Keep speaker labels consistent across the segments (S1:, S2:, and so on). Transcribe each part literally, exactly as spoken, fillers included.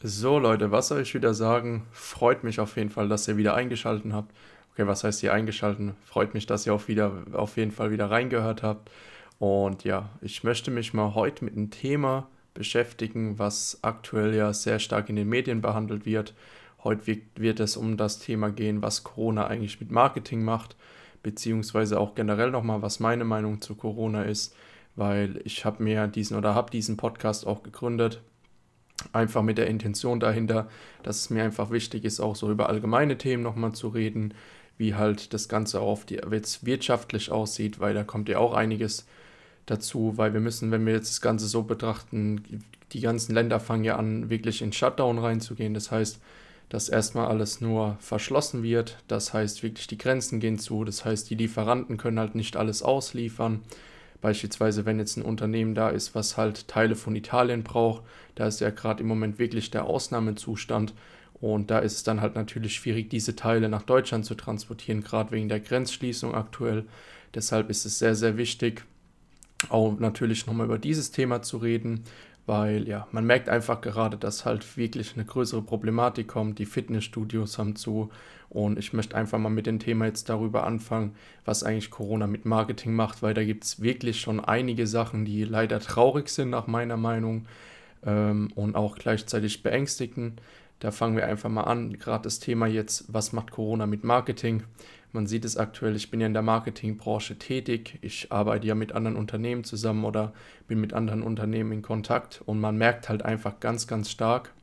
S1: So Leute, was soll ich wieder sagen? Freut mich auf jeden Fall, dass ihr wieder eingeschaltet habt. Okay, was heißt hier eingeschalten? Freut mich, dass ihr auch wieder auf jeden Fall wieder reingehört habt. Und ja, ich möchte mich mal heute mit einem Thema beschäftigen, was aktuell ja sehr stark in den Medien behandelt wird. Heute wird, wird es um das Thema gehen, was Corona eigentlich mit Marketing macht, beziehungsweise auch generell nochmal, was meine Meinung zu Corona ist, weil ich habe mir diesen oder habe diesen Podcast auch gegründet einfach mit der Intention dahinter, dass es mir einfach wichtig ist, auch so über allgemeine Themen nochmal zu reden, wie halt das Ganze auf die, jetzt wirtschaftlich aussieht, weil da kommt ja auch einiges dazu, weil wir müssen, wenn wir jetzt das Ganze so betrachten, die ganzen Länder fangen ja an, wirklich in Shutdown reinzugehen. Das heißt, dass erstmal alles nur verschlossen wird. Das heißt, wirklich die Grenzen gehen zu. Das heißt, die Lieferanten können halt nicht alles ausliefern. Beispielsweise, wenn jetzt ein Unternehmen da ist, was halt Teile von Italien braucht, da ist ja gerade im Moment wirklich der Ausnahmezustand. Und da ist es dann halt natürlich schwierig, diese Teile nach Deutschland zu transportieren, gerade wegen der Grenzschließung aktuell. Deshalb ist es sehr, sehr wichtig, auch natürlich nochmal über dieses Thema zu reden, weil ja, man merkt einfach gerade, dass halt wirklich eine größere Problematik kommt. Die Fitnessstudios haben zu und ich möchte einfach mal mit dem Thema jetzt darüber anfangen, was eigentlich Corona mit Marketing macht, weil da gibt es wirklich schon einige Sachen, die leider traurig sind nach meiner Meinung ähm, und auch gleichzeitig beängstigend. Da fangen wir einfach mal an. Gerade das Thema jetzt, was macht Corona mit Marketing? Man sieht es aktuell, ich bin ja in der Marketingbranche tätig. Ich arbeite ja mit anderen Unternehmen zusammen oder bin mit anderen Unternehmen in Kontakt und man merkt halt einfach ganz, ganz stark,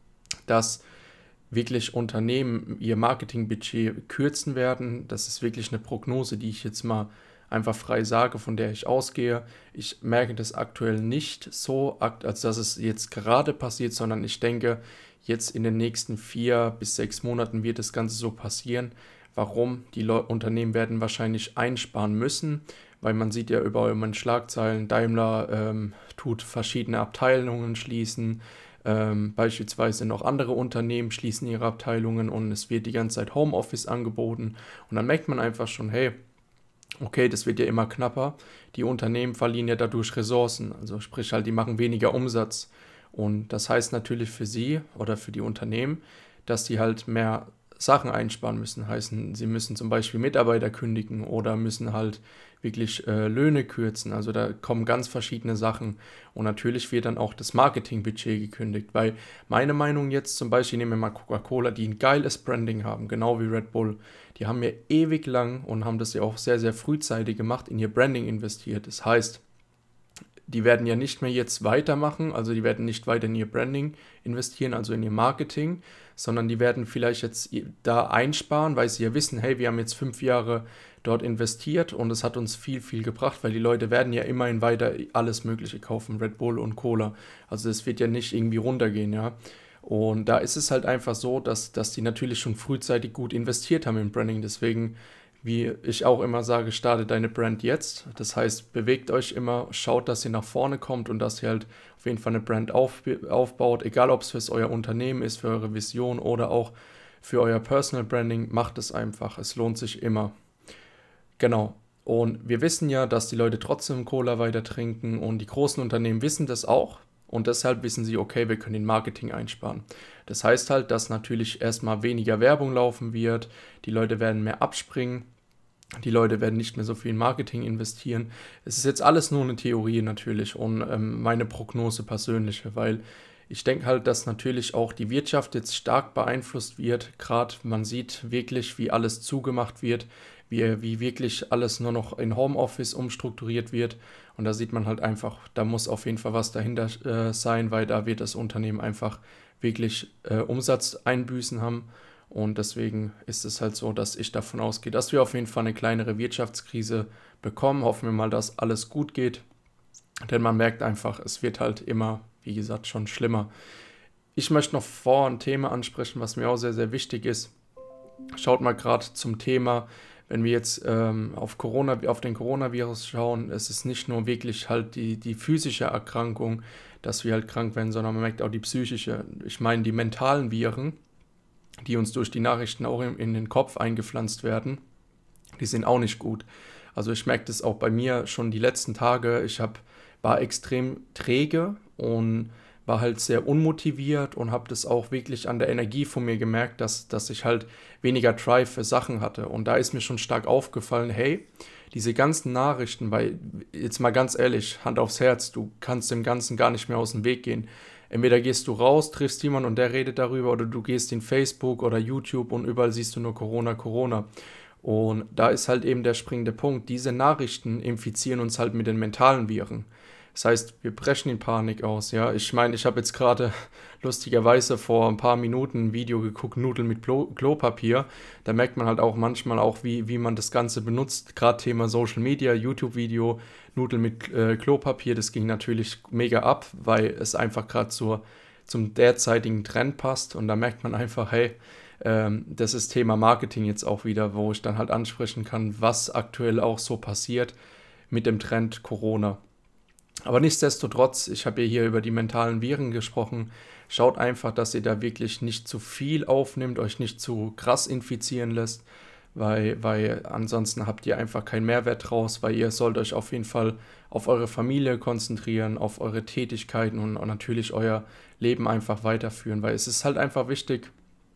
S1: dass wirklich Unternehmen ihr Marketingbudget kürzen werden. Das ist wirklich eine Prognose, die ich jetzt mal einfach frei sage, von der ich ausgehe. Ich merke das aktuell nicht so, als dass es jetzt gerade passiert, sondern ich denke, jetzt in den nächsten vier bis sechs Monaten wird das Ganze so passieren. Warum? Die Leu Unternehmen werden wahrscheinlich einsparen müssen, weil man sieht ja überall immer in Schlagzeilen, Daimler ähm, tut verschiedene Abteilungen schließen, ähm, beispielsweise noch andere Unternehmen schließen ihre Abteilungen und es wird die ganze Zeit Homeoffice angeboten und dann merkt man einfach schon, hey, okay, das wird ja immer knapper, die Unternehmen verlieren ja dadurch Ressourcen, also sprich halt, die machen weniger Umsatz und das heißt natürlich für sie oder für die Unternehmen, dass die halt mehr Sachen einsparen müssen. Heißen, sie müssen zum Beispiel Mitarbeiter kündigen oder müssen halt wirklich äh, Löhne kürzen. Also da kommen ganz verschiedene Sachen. Und natürlich wird dann auch das Marketingbudget gekündigt. Weil meine Meinung jetzt zum Beispiel, nehmen wir mal Coca-Cola, die ein geiles Branding haben, genau wie Red Bull. Die haben ja ewig lang und haben das ja auch sehr, sehr frühzeitig gemacht, in ihr Branding investiert. Das heißt, die werden ja nicht mehr jetzt weitermachen, also die werden nicht weiter in ihr Branding investieren, also in ihr Marketing, sondern die werden vielleicht jetzt da einsparen, weil sie ja wissen, hey, wir haben jetzt fünf Jahre dort investiert und es hat uns viel, viel gebracht, weil die Leute werden ja immerhin weiter alles Mögliche kaufen, Red Bull und Cola. Also es wird ja nicht irgendwie runtergehen, ja. Und da ist es halt einfach so, dass, dass die natürlich schon frühzeitig gut investiert haben im Branding. Deswegen, wie ich auch immer sage, startet deine Brand jetzt. Das heißt, bewegt euch immer, schaut, dass ihr nach vorne kommt und dass ihr halt auf jeden Fall eine Brand auf, aufbaut. Egal, ob es für euer Unternehmen ist, für eure Vision oder auch für euer Personal Branding, macht es einfach. Es lohnt sich immer. Genau. Und wir wissen ja, dass die Leute trotzdem Cola weiter trinken und die großen Unternehmen wissen das auch. Und deshalb wissen sie, okay, wir können den Marketing einsparen. Das heißt halt, dass natürlich erstmal weniger Werbung laufen wird, die Leute werden mehr abspringen, die Leute werden nicht mehr so viel in Marketing investieren. Es ist jetzt alles nur eine Theorie natürlich und ähm, meine Prognose persönliche, weil ich denke halt, dass natürlich auch die Wirtschaft jetzt stark beeinflusst wird. Gerade man sieht wirklich, wie alles zugemacht wird, wie, wie wirklich alles nur noch in Homeoffice umstrukturiert wird. Und da sieht man halt einfach, da muss auf jeden Fall was dahinter äh, sein, weil da wird das Unternehmen einfach wirklich äh, Umsatzeinbüßen haben. Und deswegen ist es halt so, dass ich davon ausgehe, dass wir auf jeden Fall eine kleinere Wirtschaftskrise bekommen. Hoffen wir mal, dass alles gut geht. Denn man merkt einfach, es wird halt immer, wie gesagt, schon schlimmer. Ich möchte noch vor ein Thema ansprechen, was mir auch sehr, sehr wichtig ist. Schaut mal gerade zum Thema, wenn wir jetzt ähm, auf Corona, auf den Coronavirus schauen, es ist nicht nur wirklich halt die, die physische Erkrankung, dass wir halt krank werden, sondern man merkt auch die psychische. Ich meine, die mentalen Viren, die uns durch die Nachrichten auch in, in den Kopf eingepflanzt werden, die sind auch nicht gut. Also ich merke das auch bei mir schon die letzten Tage. Ich hab, war extrem träge und war halt sehr unmotiviert und habe das auch wirklich an der Energie von mir gemerkt, dass, dass ich halt weniger Drive für Sachen hatte. Und da ist mir schon stark aufgefallen, hey, diese ganzen Nachrichten, weil jetzt mal ganz ehrlich, Hand aufs Herz, du kannst dem Ganzen gar nicht mehr aus dem Weg gehen. Entweder gehst du raus, triffst jemanden und der redet darüber, oder du gehst in Facebook oder YouTube und überall siehst du nur Corona, Corona. Und da ist halt eben der springende Punkt. Diese Nachrichten infizieren uns halt mit den mentalen Viren. Das heißt, wir brechen in Panik aus, ja. Ich meine, ich habe jetzt gerade lustigerweise vor ein paar Minuten ein Video geguckt, Nudeln mit Klo Klopapier. Da merkt man halt auch manchmal auch, wie, wie man das Ganze benutzt. Gerade Thema Social Media, YouTube-Video, Nudeln mit äh, Klopapier, das ging natürlich mega ab, weil es einfach gerade zur, zum derzeitigen Trend passt. Und da merkt man einfach, hey, ähm, das ist Thema Marketing jetzt auch wieder, wo ich dann halt ansprechen kann, was aktuell auch so passiert mit dem Trend Corona. Aber nichtsdestotrotz, ich habe ja hier über die mentalen Viren gesprochen. Schaut einfach, dass ihr da wirklich nicht zu viel aufnimmt, euch nicht zu krass infizieren lässt, weil, weil ansonsten habt ihr einfach keinen Mehrwert draus, weil ihr sollt euch auf jeden Fall auf eure Familie konzentrieren, auf eure Tätigkeiten und, und natürlich euer Leben einfach weiterführen, weil es ist halt einfach wichtig,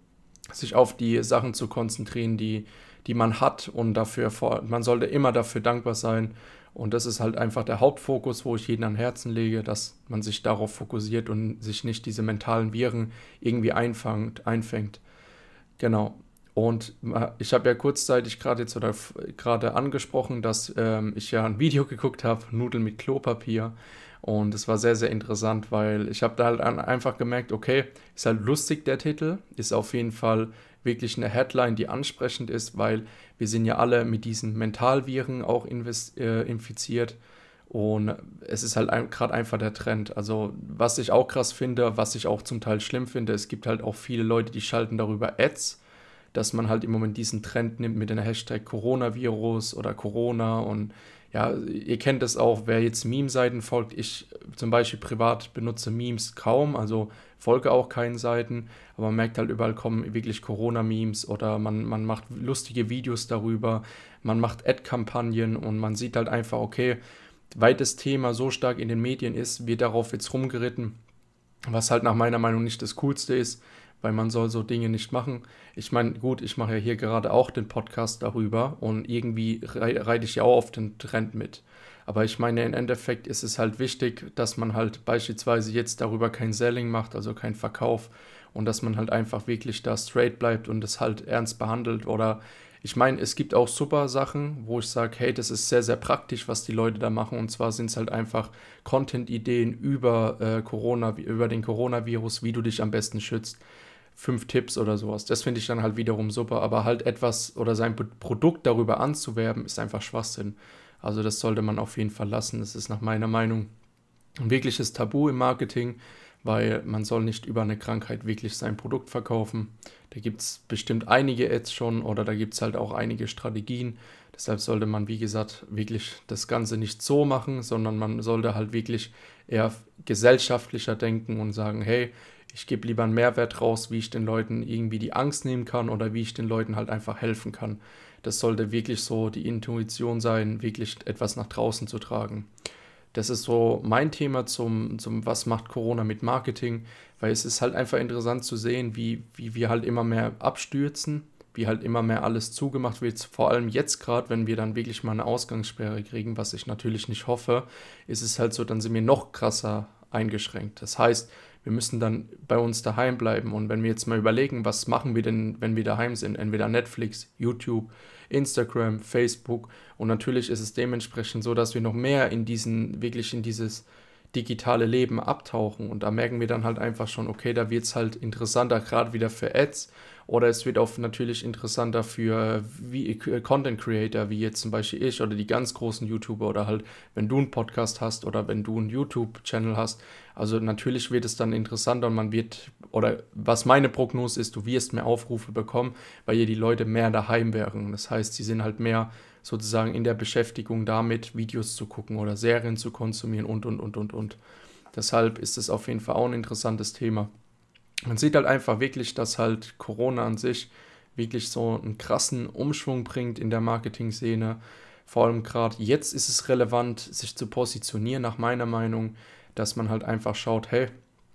S1: sich auf die Sachen zu konzentrieren, die, die man hat, und dafür, vor- man sollte immer dafür dankbar sein. Und das ist halt einfach der Hauptfokus, wo ich jeden an Herzen lege, dass man sich darauf fokussiert und sich nicht diese mentalen Viren irgendwie einfangt, einfängt. Genau. Und äh, ich habe ja kurzzeitig gerade jetzt oder f- gerade angesprochen, dass ähm, ich ja ein Video geguckt habe, Nudeln mit Klopapier. Und es war sehr, sehr interessant, weil ich habe da halt an, einfach gemerkt, okay, ist halt lustig der Titel, ist auf jeden Fall wirklich eine Headline, die ansprechend ist, weil wir sind ja alle mit diesen Mentalviren auch invest, äh, infiziert. Und es ist halt ein, gerade einfach der Trend. Also was ich auch krass finde, was ich auch zum Teil schlimm finde, es gibt halt auch viele Leute, die schalten darüber Ads, dass man halt im Moment diesen Trend nimmt mit dem Hashtag Coronavirus oder Corona. Und ja, ihr kennt es auch, wer jetzt Meme-Seiten folgt. Ich zum Beispiel privat benutze Memes kaum, also folge auch keinen Seiten, aber man merkt halt, überall kommen wirklich Corona-Memes oder man, man macht lustige Videos darüber, man macht Ad-Kampagnen und man sieht halt einfach, okay, weil das Thema so stark in den Medien ist, wird darauf jetzt rumgeritten, was halt nach meiner Meinung nicht das Coolste ist, weil man soll so Dinge nicht machen. Ich meine, gut, ich mache ja hier gerade auch den Podcast darüber und irgendwie rei- reite ich ja auch auf den Trend mit. Aber ich meine, im Endeffekt ist es halt wichtig, dass man halt beispielsweise jetzt darüber kein Selling macht, also kein Verkauf, und dass man halt einfach wirklich da straight bleibt und es halt ernst behandelt. Oder ich meine, es gibt auch super Sachen, wo ich sage, hey, das ist sehr, sehr praktisch, was die Leute da machen. Und zwar sind es halt einfach Content-Ideen über äh, Corona, über den Coronavirus, wie du dich am besten schützt. Fünf Tipps oder sowas. Das finde ich dann halt wiederum super. Aber halt etwas oder sein P- Produkt darüber anzuwerben, ist einfach Schwachsinn. Also das sollte man auf jeden Fall lassen. Das ist nach meiner Meinung ein wirkliches Tabu im Marketing, weil man soll nicht über eine Krankheit wirklich sein Produkt verkaufen. Da gibt es bestimmt einige Ads schon oder da gibt es halt auch einige Strategien. Deshalb sollte man, wie gesagt, wirklich das Ganze nicht so machen, sondern man sollte halt wirklich eher gesellschaftlicher denken und sagen, hey, ich gebe lieber einen Mehrwert raus, wie ich den Leuten irgendwie die Angst nehmen kann oder wie ich den Leuten halt einfach helfen kann. Das sollte wirklich so die Intuition sein, wirklich etwas nach draußen zu tragen. Das ist so mein Thema zum, zum was macht Corona mit Marketing, weil es ist halt einfach interessant zu sehen, wie, wie wir halt immer mehr abstürzen, wie halt immer mehr alles zugemacht wird, vor allem jetzt gerade, wenn wir dann wirklich mal eine Ausgangssperre kriegen, was ich natürlich nicht hoffe, ist es halt so, dann sind wir noch krasser eingeschränkt. Das heißt, wir müssen dann bei uns daheim bleiben, und wenn wir jetzt mal überlegen, was machen wir denn, wenn wir daheim sind, entweder Netflix, YouTube, Instagram, Facebook, und natürlich ist es dementsprechend so, dass wir noch mehr in diesen, wirklich in dieses digitale Leben abtauchen, und da merken wir dann halt einfach schon, okay, da wird es halt interessanter, gerade wieder für Ads, oder es wird auch natürlich interessanter für wie, äh, Content Creator, wie jetzt zum Beispiel ich oder die ganz großen YouTuber, oder halt, wenn du einen Podcast hast oder wenn du einen YouTube-Channel hast. Also natürlich wird es dann interessanter und man wird, oder was meine Prognose ist, du wirst mehr Aufrufe bekommen, weil hier die Leute mehr daheim wären. Das heißt, sie sind halt mehr sozusagen in der Beschäftigung damit, Videos zu gucken oder Serien zu konsumieren und, und, und, und, und. Deshalb ist es auf jeden Fall auch ein interessantes Thema. Man sieht halt einfach wirklich, dass halt Corona an sich wirklich so einen krassen Umschwung bringt in der Marketing-Szene. Vor allem gerade jetzt ist es relevant, sich zu positionieren, nach meiner Meinung, dass man halt einfach schaut, hey,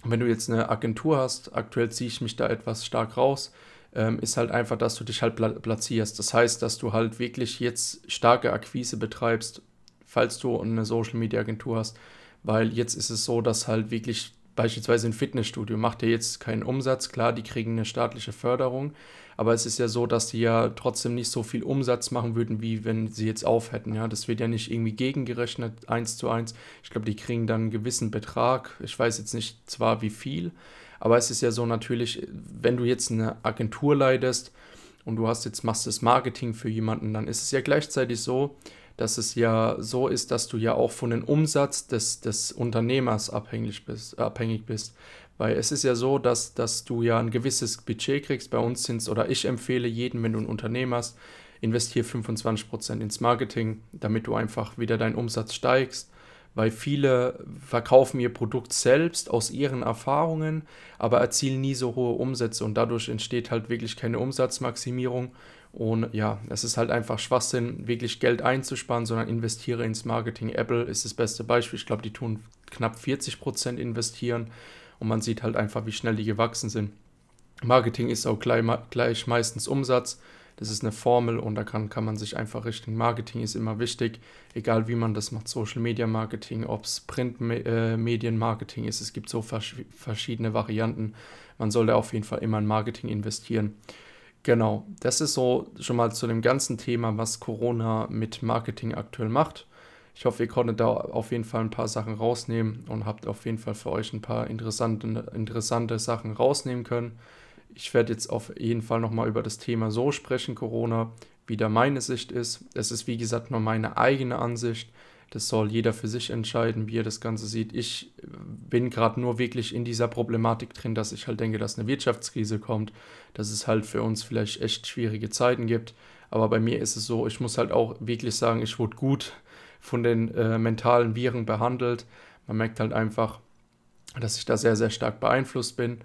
S1: wenn du jetzt eine Agentur hast, aktuell ziehe ich mich da etwas stark raus, ähm, ist halt einfach, dass du dich halt pla platzierst. Das heißt, dass du halt wirklich jetzt starke Akquise betreibst, falls du eine Social Media Agentur hast, weil jetzt ist es so, dass halt wirklich beispielsweise ein Fitnessstudio macht ja jetzt keinen Umsatz, klar, die kriegen eine staatliche Förderung, aber es ist ja so, dass die ja trotzdem nicht so viel Umsatz machen würden, wie wenn sie jetzt auf hätten, ja, das wird ja nicht irgendwie gegengerechnet, eins zu eins, ich glaube, die kriegen dann einen gewissen Betrag, ich weiß jetzt nicht zwar wie viel, aber es ist ja so natürlich, wenn du jetzt eine Agentur leitest und du hast jetzt, machst das Marketing für jemanden, dann ist es ja gleichzeitig so, dass es ja so ist, dass du ja auch von dem Umsatz des, des Unternehmers abhängig bist, abhängig bist. Weil es ist ja so, dass, dass du ja ein gewisses Budget kriegst. Bei uns sind es, oder ich empfehle jedem, wenn du ein Unternehmen hast, investiere fünfundzwanzig Prozent ins Marketing, damit du einfach wieder deinen Umsatz steigst. Weil viele verkaufen ihr Produkt selbst aus ihren Erfahrungen, aber erzielen nie so hohe Umsätze und dadurch entsteht halt wirklich keine Umsatzmaximierung. Und ja, es ist halt einfach Schwachsinn, wirklich Geld einzusparen, sondern investiere ins Marketing. Apple ist das beste Beispiel. Ich glaube, die tun knapp vierzig Prozent investieren und man sieht halt einfach, wie schnell die gewachsen sind. Marketing ist auch gleich, gleich meistens Umsatz. Das ist eine Formel und da kann, kann man sich einfach richten. Marketing ist immer wichtig, egal wie man das macht. Social Media Marketing, ob es Printmedienmarketing ist. Es gibt so vers- verschiedene Varianten. Man sollte auf jeden Fall immer in Marketing investieren. Genau, das ist so schon mal zu dem ganzen Thema, was Corona mit Marketing aktuell macht. Ich hoffe, ihr konntet da auf jeden Fall ein paar Sachen rausnehmen und habt auf jeden Fall für euch ein paar interessante, interessante Sachen rausnehmen können. Ich werde jetzt auf jeden Fall nochmal über das Thema so sprechen, Corona, wie da meine Sicht ist. Es ist, wie gesagt, nur meine eigene Ansicht. Das soll jeder für sich entscheiden, wie er das Ganze sieht. Ich bin gerade nur wirklich in dieser Problematik drin, dass ich halt denke, dass eine Wirtschaftskrise kommt, dass es halt für uns vielleicht echt schwierige Zeiten gibt. Aber bei mir ist es so, ich muss halt auch wirklich sagen, ich wurde gut von den äh, mentalen Viren behandelt. Man merkt halt einfach, dass ich da sehr, sehr stark beeinflusst bin.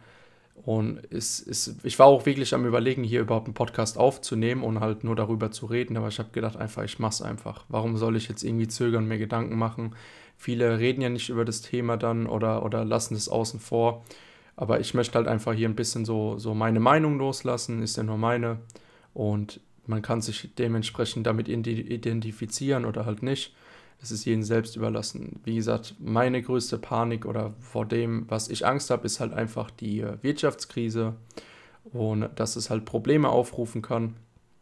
S1: Und es, es, ich war auch wirklich am Überlegen, hier überhaupt einen Podcast aufzunehmen und halt nur darüber zu reden. Aber ich habe gedacht, einfach, ich mache es einfach. Warum soll ich jetzt irgendwie zögern, mir Gedanken machen? Viele reden ja nicht über das Thema dann oder, oder lassen es außen vor. Aber ich möchte halt einfach hier ein bisschen so, so meine Meinung loslassen, ist ja nur meine. Und man kann sich dementsprechend damit identifizieren oder halt nicht. Das ist jedem selbst überlassen. Wie gesagt, meine größte Panik oder vor dem, was ich Angst habe, ist halt einfach die Wirtschaftskrise und dass es halt Probleme aufrufen kann.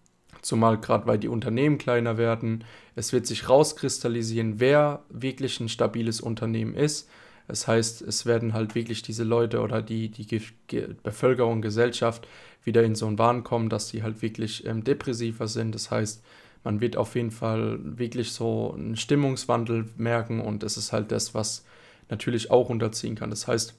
S1: Zumal gerade, weil die Unternehmen kleiner werden. Es wird sich rauskristallisieren, wer wirklich ein stabiles Unternehmen ist. Das heißt, es werden halt wirklich diese Leute oder die, die Ge- Ge- Bevölkerung, Gesellschaft wieder in so einen Wahn kommen, dass die halt wirklich ähm, depressiver sind. Das heißt, man wird auf jeden Fall wirklich so einen Stimmungswandel merken und das ist halt das, was natürlich auch unterziehen kann. Das heißt,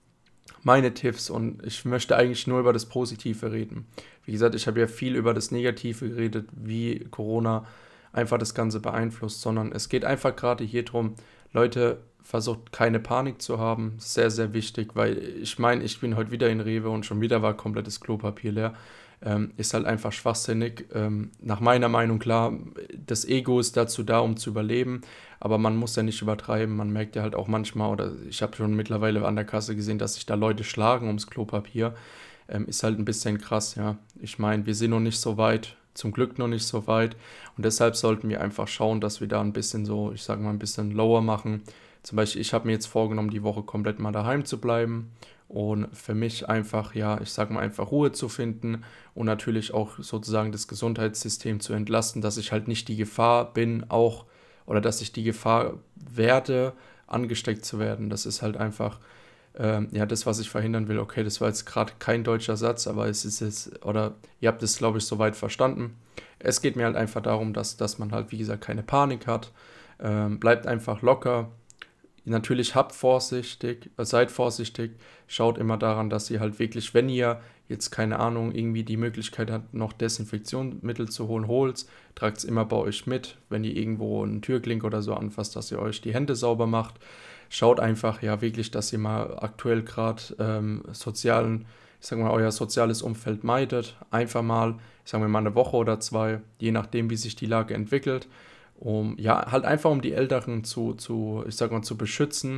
S1: meine Tipps und ich möchte eigentlich nur über das Positive reden. Wie gesagt, ich habe ja viel über das Negative geredet, wie Corona einfach das Ganze beeinflusst, sondern es geht einfach gerade hier drum, Leute, versucht keine Panik zu haben, sehr, sehr wichtig, weil ich meine, ich bin heute wieder in Rewe und schon wieder war komplettes Klopapier leer. Ähm, ist halt einfach schwachsinnig. Ähm, nach meiner Meinung klar, das Ego ist dazu da, um zu überleben, aber man muss ja nicht übertreiben. Man merkt ja halt auch manchmal, oder ich habe schon mittlerweile an der Kasse gesehen, dass sich da Leute schlagen ums Klopapier. Ähm, ist halt ein bisschen krass, ja. Ich meine, wir sind noch nicht so weit, zum Glück noch nicht so weit und deshalb sollten wir einfach schauen, dass wir da ein bisschen so, ich sage mal, ein bisschen lower machen. Zum Beispiel, ich habe mir jetzt vorgenommen, die Woche komplett mal daheim zu bleiben und für mich einfach, ja, ich sage mal, einfach Ruhe zu finden und natürlich auch sozusagen das Gesundheitssystem zu entlasten, dass ich halt nicht die Gefahr bin, auch, oder dass ich die Gefahr werde, angesteckt zu werden. Das ist halt einfach, ähm, ja, das, was ich verhindern will. Okay, das war jetzt gerade kein deutscher Satz, aber es ist jetzt, oder ihr habt es, glaube ich, soweit verstanden. Es geht mir halt einfach darum, dass, dass man halt, wie gesagt, keine Panik hat. Ähm, bleibt einfach locker. Natürlich habt vorsichtig, äh, seid vorsichtig, schaut immer daran, dass ihr halt wirklich, wenn ihr jetzt keine Ahnung, irgendwie die Möglichkeit habt, noch Desinfektionsmittel zu holen, holt, tragt es immer bei euch mit, wenn ihr irgendwo einen Türklink oder so anfasst, dass ihr euch die Hände sauber macht. Schaut einfach, ja wirklich, dass ihr mal aktuell gerade ähm, sozialen, ich sag mal, euer soziales Umfeld meidet. Einfach mal, ich sag mal, eine Woche oder zwei, je nachdem, wie sich die Lage entwickelt um, ja, halt einfach um die Älteren zu, zu, ich sag mal, zu beschützen,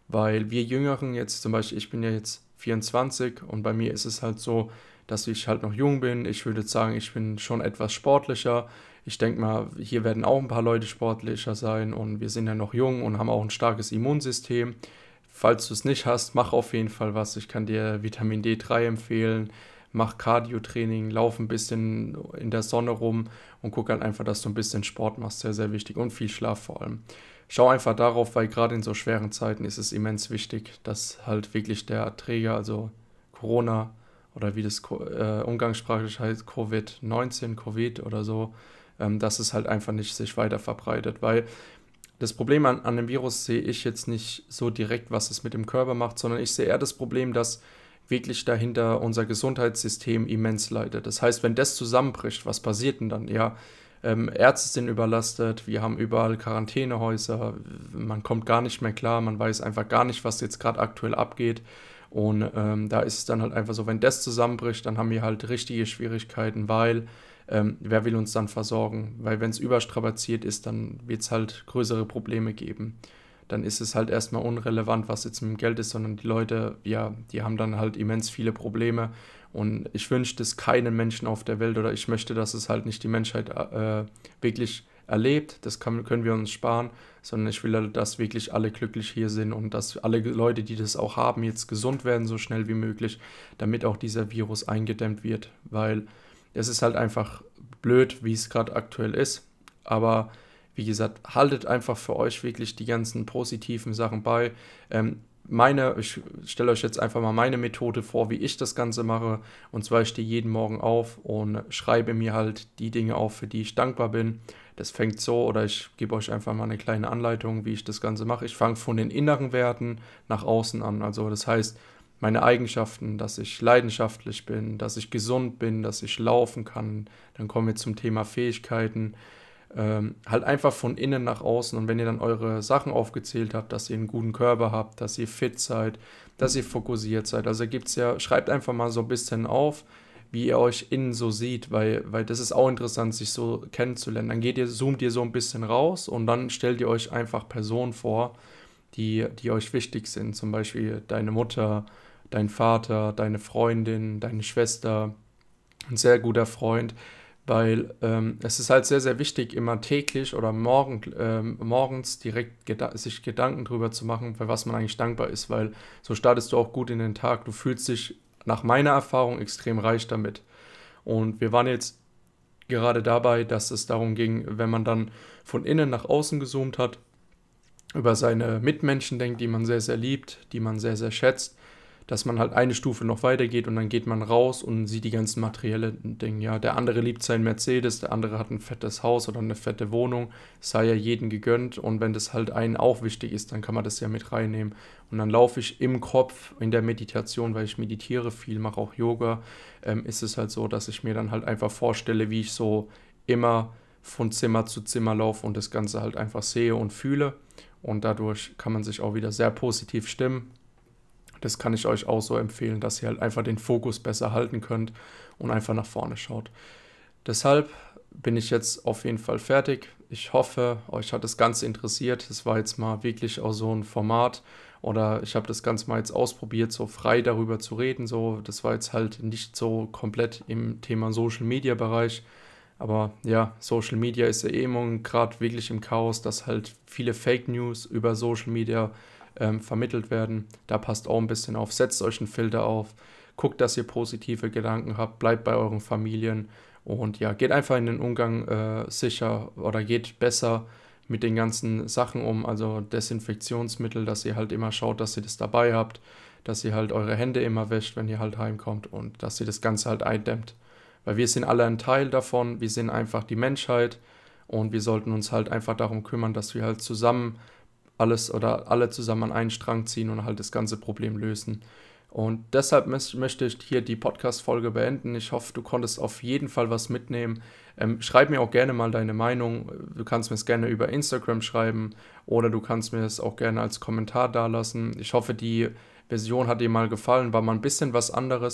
S1: weil wir Jüngeren jetzt zum Beispiel, ich bin ja jetzt vierundzwanzig und bei mir ist es halt so, dass ich halt noch jung bin. Ich würde sagen, ich bin schon etwas sportlicher. Ich denke mal, hier werden auch ein paar Leute sportlicher sein und wir sind ja noch jung und haben auch ein starkes Immunsystem. Falls du es nicht hast, mach auf jeden Fall was. Ich kann dir Vitamin D drei empfehlen. Mach Cardio-Training, lauf ein bisschen in der Sonne rum und guck halt einfach, dass du ein bisschen Sport machst. Sehr, sehr wichtig und viel Schlaf vor allem. Schau einfach darauf, weil gerade in so schweren Zeiten ist es immens wichtig, dass halt wirklich der Träger, also Corona oder wie das äh, umgangssprachlich heißt, Covid neunzehn, Covid oder so, ähm, dass es halt einfach nicht sich weiter verbreitet, weil das Problem an, an dem Virus sehe ich jetzt nicht so direkt, was es mit dem Körper macht, sondern ich sehe eher das Problem, dass wirklich dahinter unser Gesundheitssystem immens leidet. Das heißt, wenn das zusammenbricht, was passiert denn dann? Ja, ähm, Ärzte sind überlastet, wir haben überall Quarantänehäuser, man kommt gar nicht mehr klar, man weiß einfach gar nicht, was jetzt gerade aktuell abgeht. Und ähm, da ist es dann halt einfach so, wenn das zusammenbricht, dann haben wir halt richtige Schwierigkeiten, weil ähm, wer will uns dann versorgen? Weil wenn es überstrapaziert ist, dann wird es halt größere Probleme geben. Dann ist es halt erstmal unrelevant, was jetzt mit dem Geld ist, sondern die Leute, ja, die haben dann halt immens viele Probleme. Und ich wünsche das keinen Menschen auf der Welt oder ich möchte, dass es halt nicht die Menschheit äh, wirklich erlebt. Das kann, können wir uns sparen, sondern ich will halt, dass wirklich alle glücklich hier sind und dass alle Leute, die das auch haben, jetzt gesund werden, so schnell wie möglich, damit auch dieser Virus eingedämmt wird. Weil es ist halt einfach blöd, wie es gerade aktuell ist. Aber wie gesagt, haltet einfach für euch wirklich die ganzen positiven Sachen bei. Ähm, meine, ich stelle euch jetzt einfach mal meine Methode vor, wie ich das Ganze mache. Und zwar, ich stehe jeden Morgen auf und schreibe mir halt die Dinge auf, für die ich dankbar bin. Das fängt so, oder ich gebe euch einfach mal eine kleine Anleitung, wie ich das Ganze mache. Ich fange von den inneren Werten nach außen an. Also das heißt, meine Eigenschaften, dass ich leidenschaftlich bin, dass ich gesund bin, dass ich laufen kann. Dann kommen wir zum Thema Fähigkeiten. Ähm, halt einfach von innen nach außen. Und wenn ihr dann eure Sachen aufgezählt habt, dass ihr einen guten Körper habt, dass ihr fit seid, dass ihr fokussiert seid. Also gibt's ja, schreibt einfach mal so ein bisschen auf, wie ihr euch innen so sieht, weil, weil das ist auch interessant, sich so kennenzulernen. Dann geht ihr, zoomt ihr so ein bisschen raus und dann stellt ihr euch einfach Personen vor, die, die euch wichtig sind. Zum Beispiel deine Mutter, dein Vater, deine Freundin, deine Schwester, ein sehr guter Freund, weil ähm, es ist halt sehr, sehr wichtig, immer täglich oder morgen, ähm, morgens direkt geda sich Gedanken drüber zu machen, für was man eigentlich dankbar ist, weil so startest du auch gut in den Tag. Du fühlst dich nach meiner Erfahrung extrem reich damit. Und wir waren jetzt gerade dabei, dass es darum ging, wenn man dann von innen nach außen gezoomt hat, über seine Mitmenschen denkt, die man sehr, sehr liebt, die man sehr, sehr schätzt, dass man halt eine Stufe noch weitergeht und dann geht man raus und sieht die ganzen materiellen Dinge. Ja, der andere liebt seinen Mercedes, der andere hat ein fettes Haus oder eine fette Wohnung, es sei ja jedem gegönnt und wenn das halt einen auch wichtig ist, dann kann man das ja mit reinnehmen. Und dann laufe ich im Kopf in der Meditation, weil ich meditiere viel, mache auch Yoga, ähm, ist es halt so, dass ich mir dann halt einfach vorstelle, wie ich so immer von Zimmer zu Zimmer laufe und das Ganze halt einfach sehe und fühle. Und dadurch kann man sich auch wieder sehr positiv stimmen. Das kann ich euch auch so empfehlen, dass ihr halt einfach den Fokus besser halten könnt und einfach nach vorne schaut. Deshalb bin ich jetzt auf jeden Fall fertig. Ich hoffe, euch hat das Ganze interessiert. Es war jetzt mal wirklich auch so ein Format oder ich habe das Ganze mal jetzt ausprobiert, so frei darüber zu reden. So, das war jetzt halt nicht so komplett im Thema Social Media Bereich. Aber ja, Social Media ist ja eh immer gerade wirklich im Chaos, dass halt viele Fake News über Social Media ähm, vermittelt werden. Da passt auch ein bisschen auf, setzt euch einen Filter auf, guckt, dass ihr positive Gedanken habt, bleibt bei euren Familien und ja, geht einfach in den Umgang äh, sicher oder geht besser mit den ganzen Sachen um, also Desinfektionsmittel, dass ihr halt immer schaut, dass ihr das dabei habt, dass ihr halt eure Hände immer wäscht, wenn ihr halt heimkommt und dass ihr das Ganze halt eindämmt. Weil wir sind alle ein Teil davon, wir sind einfach die Menschheit und wir sollten uns halt einfach darum kümmern, dass wir halt zusammen alles oder alle zusammen an einen Strang ziehen und halt das ganze Problem lösen. Und deshalb mö- möchte ich hier die Podcast-Folge beenden. Ich hoffe, du konntest auf jeden Fall was mitnehmen. Ähm, schreib mir auch gerne mal deine Meinung. Du kannst mir es gerne über Instagram schreiben oder du kannst mir es auch gerne als Kommentar dalassen. Ich hoffe, die Version hat dir mal gefallen, war mal ein bisschen was anderes.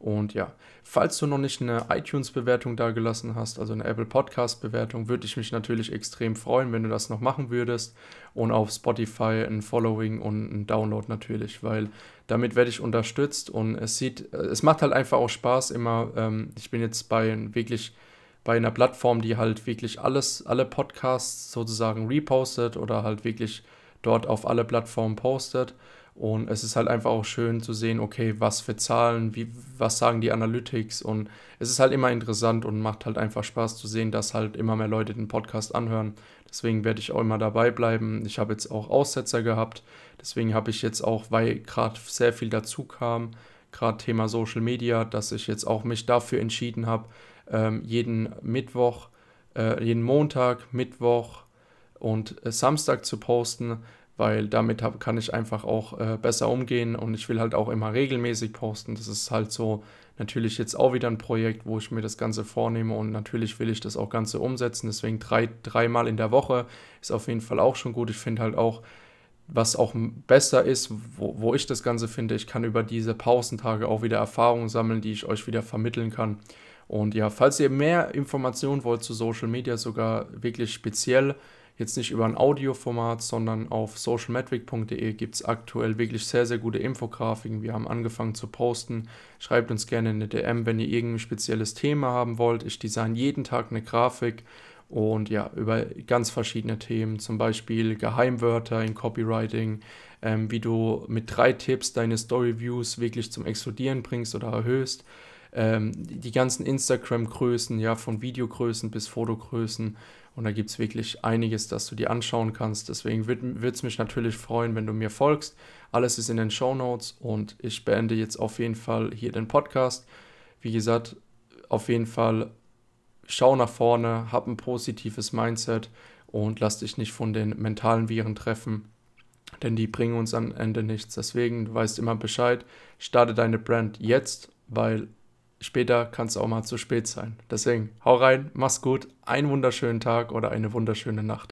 S1: Und ja, falls du noch nicht eine iTunes-Bewertung da gelassen hast, also eine Apple Podcast-Bewertung, würde ich mich natürlich extrem freuen, wenn du das noch machen würdest. Und auf Spotify ein Following und ein Download natürlich, weil damit werde ich unterstützt und es sieht, es macht halt einfach auch Spaß immer. Ähm, ich bin jetzt bei wirklich bei einer Plattform, die halt wirklich alles, alle Podcasts sozusagen repostet oder halt wirklich dort auf alle Plattformen postet. Und es ist halt einfach auch schön zu sehen, okay, was für Zahlen, wie, was sagen die Analytics. Und es ist halt immer interessant und macht halt einfach Spaß zu sehen, dass halt immer mehr Leute den Podcast anhören. Deswegen werde ich auch immer dabei bleiben. Ich habe jetzt auch Aussetzer gehabt. Deswegen habe ich jetzt auch, weil gerade sehr viel dazu kam, gerade Thema Social Media, dass ich jetzt auch mich dafür entschieden habe, ähm, jeden Mittwoch, äh, jeden Montag, Mittwoch und äh, Samstag zu posten, weil damit hab, kann ich einfach auch äh, besser umgehen und ich will halt auch immer regelmäßig posten. Das ist halt so natürlich jetzt auch wieder ein Projekt, wo ich mir das Ganze vornehme und natürlich will ich das auch Ganze umsetzen. Deswegen drei, dreimal in der Woche ist auf jeden Fall auch schon gut. Ich finde halt auch, was auch besser ist, wo, wo ich das Ganze finde, ich kann über diese Pausentage auch wieder Erfahrungen sammeln, die ich euch wieder vermitteln kann. Und ja, falls ihr mehr Informationen wollt zu Social Media, sogar wirklich speziell, jetzt nicht über ein Audioformat, sondern auf socialmetric punkt de gibt es aktuell wirklich sehr, sehr gute Infografiken. Wir haben angefangen zu posten. Schreibt uns gerne eine D M, wenn ihr irgendein spezielles Thema haben wollt. Ich design jeden Tag eine Grafik und ja, über ganz verschiedene Themen, zum Beispiel Geheimwörter in Copywriting, ähm, wie du mit drei Tipps deine Storyviews wirklich zum Explodieren bringst oder erhöhst. Ähm, die ganzen Instagram-Größen, ja, von Videogrößen bis Fotogrößen. Und da gibt es wirklich einiges, das du dir anschauen kannst. Deswegen würde es mich natürlich freuen, wenn du mir folgst. Alles ist in den Shownotes und ich beende jetzt auf jeden Fall hier den Podcast. Wie gesagt, auf jeden Fall schau nach vorne, hab ein positives Mindset und lass dich nicht von den mentalen Viren treffen, denn die bringen uns am Ende nichts. Deswegen, du weißt immer Bescheid, starte deine Brand jetzt, weil später kann es auch mal zu spät sein. Deswegen, hau rein, mach's gut, einen wunderschönen Tag oder eine wunderschöne Nacht.